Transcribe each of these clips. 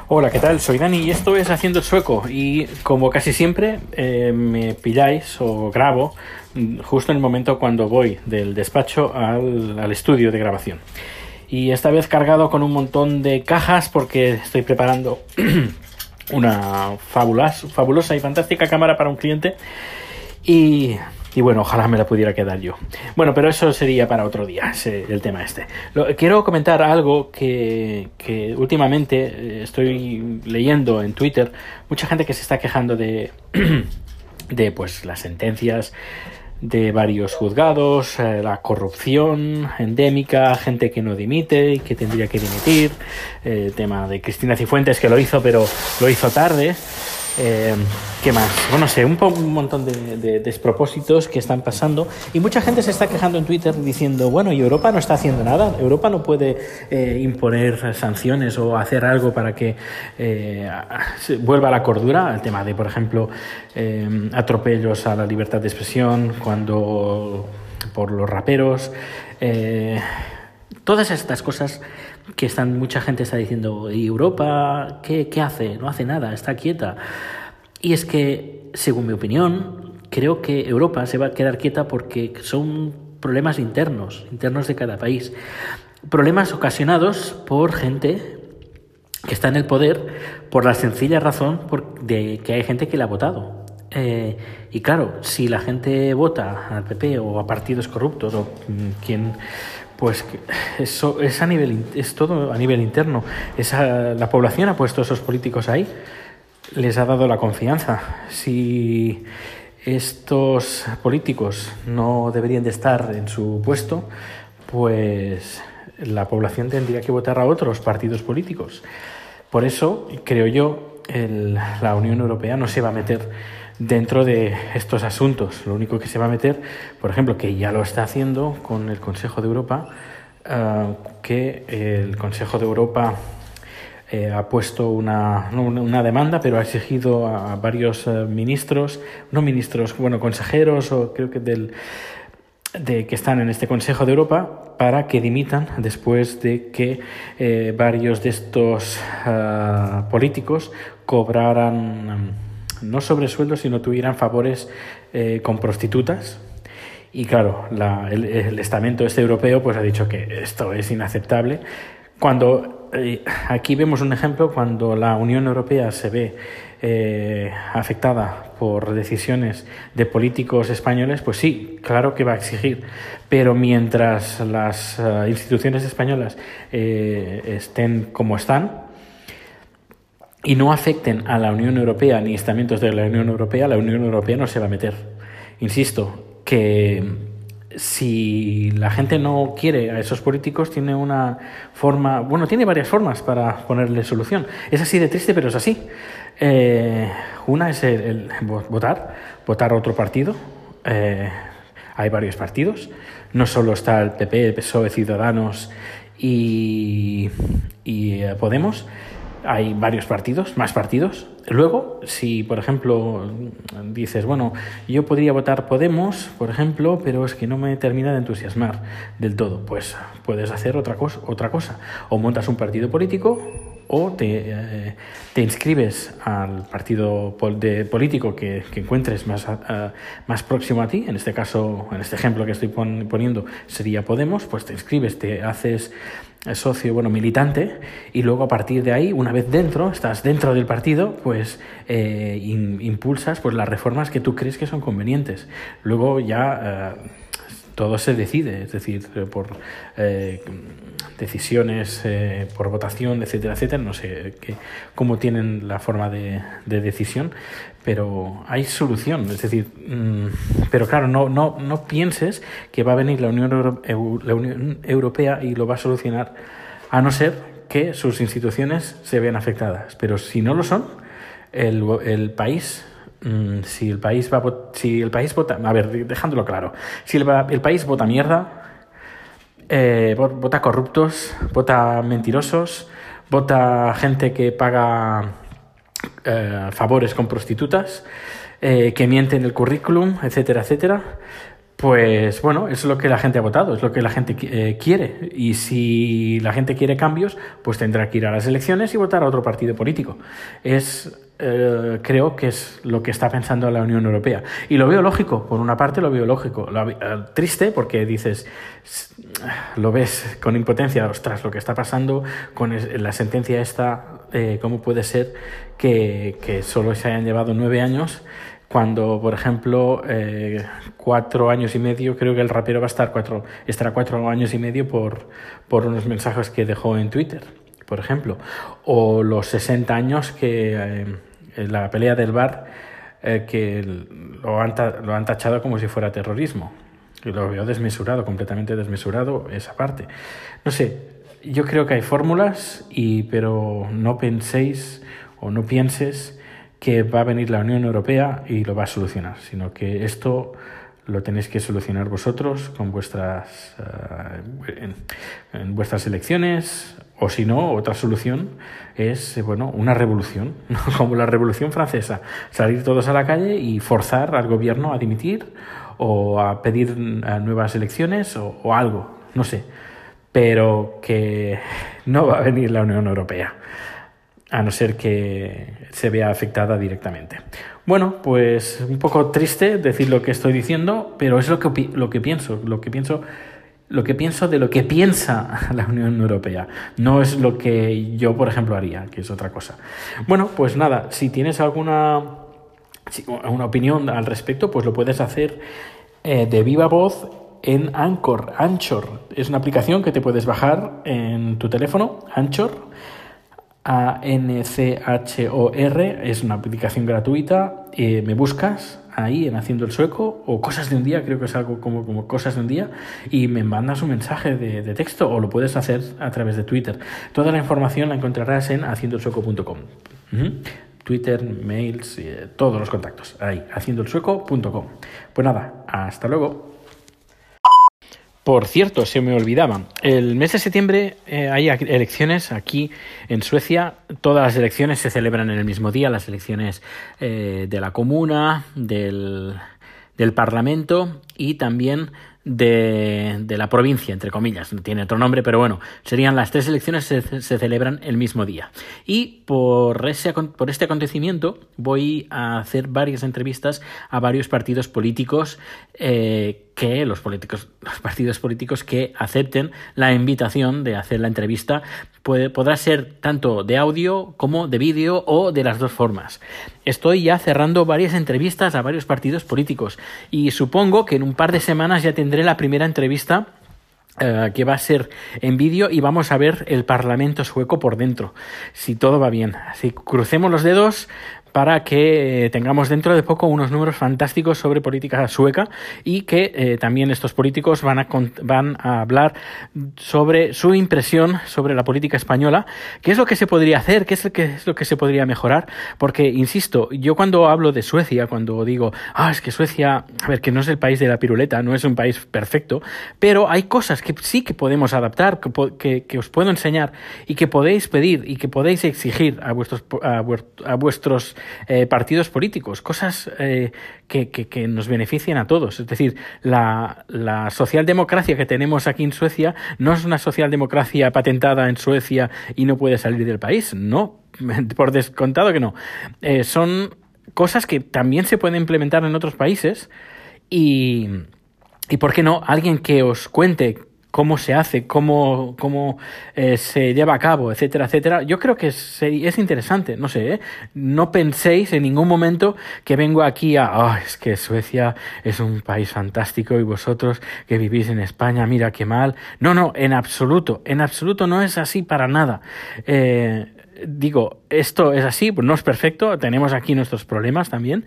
Hola, ¿qué tal? Soy Dani y esto es Haciendo el Sueco y como casi siempre me pilláis o grabo justo en el momento cuando voy del despacho al estudio de grabación. Y esta vez cargado con un montón de cajas porque estoy preparando una fabulosa y fantástica cámara para un cliente y bueno, ojalá me la pudiera quedar yo. Bueno, pero eso sería para otro día, el tema este. Quiero comentar algo que últimamente estoy leyendo en Twitter. Mucha gente que se está quejando de pues las sentencias de varios juzgados, la corrupción endémica, gente que no dimite y que tendría que dimitir, el tema de Cristina Cifuentes, que lo hizo, pero lo hizo tarde. ¿Qué más? Bueno, no sé, un montón de despropósitos que están pasando y mucha gente se está quejando en Twitter diciendo, bueno, y Europa no está haciendo nada, Europa no puede imponer sanciones o hacer algo para que vuelva a la cordura. El tema de, por ejemplo, atropellos a la libertad de expresión por los raperos, todas estas cosas que mucha gente está diciendo, ¿y Europa qué hace? No hace nada, está quieta. Y es que, según mi opinión, creo que Europa se va a quedar quieta porque son problemas internos de cada país. Problemas ocasionados por gente que está en el poder por la sencilla razón de que hay gente que la ha votado. Y claro, si la gente vota al PP o a partidos corruptos o quien... Pues eso es todo a nivel interno. La población ha puesto a esos políticos ahí, les ha dado la confianza. Si estos políticos no deberían de estar en su puesto, pues la población tendría que votar a otros partidos políticos. Por eso, creo yo, la Unión Europea no se va a meter dentro de estos asuntos. Lo único que se va a meter, por ejemplo, que ya lo está haciendo con el Consejo de Europa, que el Consejo de Europa ha puesto una demanda, pero ha exigido a varios consejeros, o creo que que están en este Consejo de Europa, para que dimitan después de que varios de estos políticos cobraran no sobresueldos, sino tuvieran favores con prostitutas. Y claro, el estamento europeo pues ha dicho que esto es inaceptable. Cuando aquí vemos un ejemplo, cuando la Unión Europea se ve afectada por decisiones de políticos españoles, pues sí, claro que va a exigir. Pero mientras las instituciones españolas estén como están, y no afecten a la Unión Europea ni estamentos de la Unión Europea no se va a meter. Insisto, que si la gente no quiere a esos políticos, tiene varias formas para ponerle solución. Es así de triste, pero es así. Una es el votar a otro partido. Hay varios partidos. No solo está el PP, el PSOE, Ciudadanos y Podemos. Hay varios partidos, más partidos. Luego, si, por ejemplo, dices, bueno, yo podría votar Podemos, por ejemplo, pero es que no me termina de entusiasmar del todo, pues puedes hacer otra cosa. O montas un partido político o te inscribes al partido político que encuentres más próximo a ti. En este caso, en este ejemplo que estoy poniendo, sería Podemos. Pues te inscribes, te haces socio, militante, y luego a partir de ahí, una vez estás dentro del partido, pues impulsas pues las reformas que tú crees que son convenientes. Luego ya todo se decide, es decir, por decisiones, por votación, etcétera, no sé cómo tienen la forma de decisión, pero hay solución. Es decir, pero claro, no pienses que va a venir la Unión Europea y lo va a solucionar, a no ser que sus instituciones se vean afectadas. Pero si no lo son, el país... Si el país vota, a ver, dejándolo claro, si el país vota mierda, vota corruptos, vota mentirosos, vota gente que paga favores con prostitutas, que miente en el currículum, etcétera, Pues bueno, eso es lo que la gente ha votado, es lo que la gente quiere. Y si la gente quiere cambios, pues tendrá que ir a las elecciones y votar a otro partido político. Creo que es lo que está pensando la Unión Europea. Y lo veo lógico, por una parte lo veo lógico. Triste porque dices, lo ves con impotencia, ostras, lo que está pasando con la sentencia esta, ¿cómo puede ser que solo se hayan llevado 9 años? Cuando, por ejemplo, 4 años y medio, creo que el rapero estará 4 años y medio por unos mensajes que dejó en Twitter, por ejemplo. O los 60 años que la pelea del VAR, que lo han tachado como si fuera terrorismo. Y lo veo desmesurado, completamente desmesurado, esa parte. No sé, yo creo que hay fórmulas, pero no penséis o no pienses que va a venir la Unión Europea y lo va a solucionar, sino que esto lo tenéis que solucionar vosotros con en vuestras elecciones, o si no, otra solución es una revolución, ¿no? Como la Revolución Francesa, salir todos a la calle y forzar al gobierno a dimitir o a pedir nuevas elecciones o algo, no sé, pero que no va a venir la Unión Europea, a no ser que se vea afectada directamente. Bueno, pues un poco triste decir lo que estoy diciendo, pero es lo que pienso de lo que piensa la Unión Europea. No es lo que yo, por ejemplo, haría, que es otra cosa. Bueno, pues nada, si tienes alguna opinión al respecto, pues lo puedes hacer de viva voz en Anchor. Es una aplicación que te puedes bajar en tu teléfono, Anchor. Anchor, es una aplicación gratuita. Me buscas ahí en Haciendo el Sueco o Cosas de un Día, creo que es algo como Cosas de un Día, y me mandas un mensaje de texto, o lo puedes hacer a través de Twitter. Toda la información la encontrarás en haciendoelsueco.com. Twitter, mails, todos los contactos ahí, haciendoelsueco.com. Pues nada, hasta luego. Por cierto, se me olvidaba, el mes de septiembre hay elecciones aquí en Suecia. Todas las elecciones se celebran en el mismo día, las elecciones de la comuna, del Parlamento y también de la provincia, entre comillas, no tiene otro nombre, pero bueno, serían las 3 elecciones se celebran el mismo día. Y por este acontecimiento voy a hacer varias entrevistas a varios partidos políticos, los partidos políticos que acepten la invitación de hacer la entrevista. Podrá ser tanto de audio como de vídeo o de las dos formas. Estoy ya cerrando varias entrevistas a varios partidos políticos y supongo que en un par de semanas ya tendré la primera entrevista que va a ser en vídeo y vamos a ver el Parlamento sueco por dentro, si todo va bien. Así crucemos los dedos para que tengamos dentro de poco unos números fantásticos sobre política sueca y que también estos políticos van a hablar sobre su impresión sobre la política española, qué es lo que se podría hacer, qué es lo que se podría mejorar, porque, insisto, yo cuando hablo de Suecia, cuando digo, es que Suecia, a ver, que no es el país de la piruleta, no es un país perfecto, pero hay cosas que sí que podemos adaptar, que os puedo enseñar y que podéis pedir y que podéis exigir a vuestros partidos políticos, cosas que nos beneficien a todos. Es decir, la socialdemocracia que tenemos aquí en Suecia no es una socialdemocracia patentada en Suecia y no puede salir del país, no, por descontado que no. Son cosas que también se pueden implementar en otros países y ¿por qué no? Alguien que os cuente cómo se hace, cómo se lleva a cabo, etcétera, etcétera. Yo creo que es interesante, no sé, no penséis en ningún momento que vengo aquí es que Suecia es un país fantástico y vosotros que vivís en España, mira qué mal. No, en absoluto no es así para nada. Digo, esto es así, pues no es perfecto, tenemos aquí nuestros problemas también,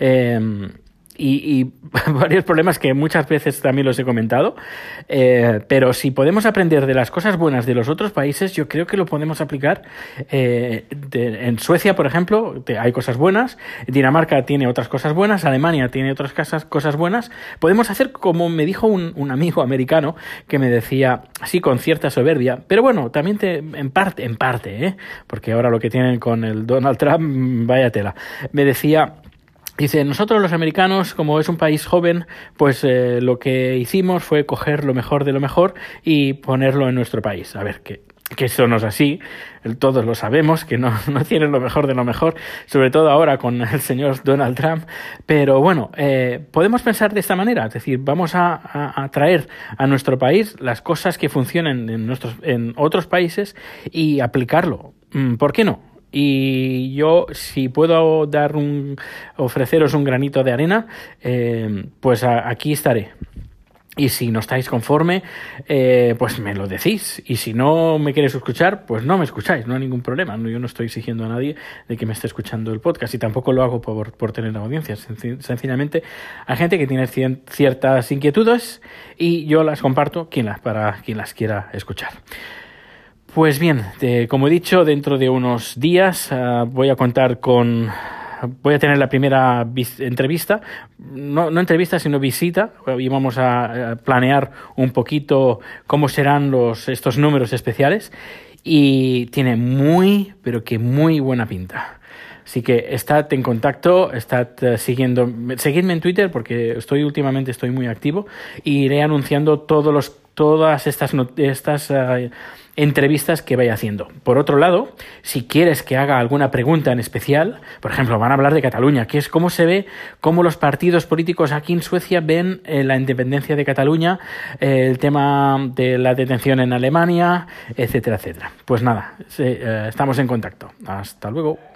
y varios problemas que muchas veces también los he comentado, pero si podemos aprender de las cosas buenas de los otros países, yo creo que lo podemos aplicar. En Suecia, por ejemplo, hay cosas buenas, Dinamarca tiene otras cosas buenas, Alemania tiene otras cosas buenas. Podemos hacer como me dijo un amigo americano que me decía, así con cierta soberbia, pero bueno, también en parte, porque ahora lo que tienen con el Donald Trump, vaya tela, me decía Dice, nosotros los americanos, como es un país joven, pues lo que hicimos fue coger lo mejor de lo mejor y ponerlo en nuestro país. A ver, que eso no es así, todos lo sabemos, que no tienen lo mejor de lo mejor, sobre todo ahora con el señor Donald Trump, pero bueno, podemos pensar de esta manera, es decir, vamos a traer a nuestro país las cosas que funcionan en otros países y aplicarlo. ¿Por qué no? Y yo, si puedo ofreceros un granito de arena, pues aquí estaré. Y si no estáis conforme, pues me lo decís. Y si no me queréis escuchar, pues no me escucháis, no hay ningún problema. Yo no estoy exigiendo a nadie de que me esté escuchando el podcast y tampoco lo hago por tener audiencias. Sencillamente hay gente que tiene ciertas inquietudes y yo las comparto para quien las quiera escuchar. Pues bien, como he dicho, dentro de unos días voy a tener la primera entrevista, no entrevista, sino visita, y vamos a planear un poquito cómo serán estos números especiales, y tiene pero que muy buena pinta. Así que estad en contacto, seguidme en Twitter porque últimamente estoy muy activo y iré anunciando todas estas entrevistas que vaya haciendo. Por otro lado, si quieres que haga alguna pregunta en especial, por ejemplo, van a hablar de Cataluña, que es cómo los partidos políticos aquí en Suecia ven la independencia de Cataluña, el tema de la detención en Alemania, etcétera, etcétera. Pues nada, estamos en contacto. Hasta luego.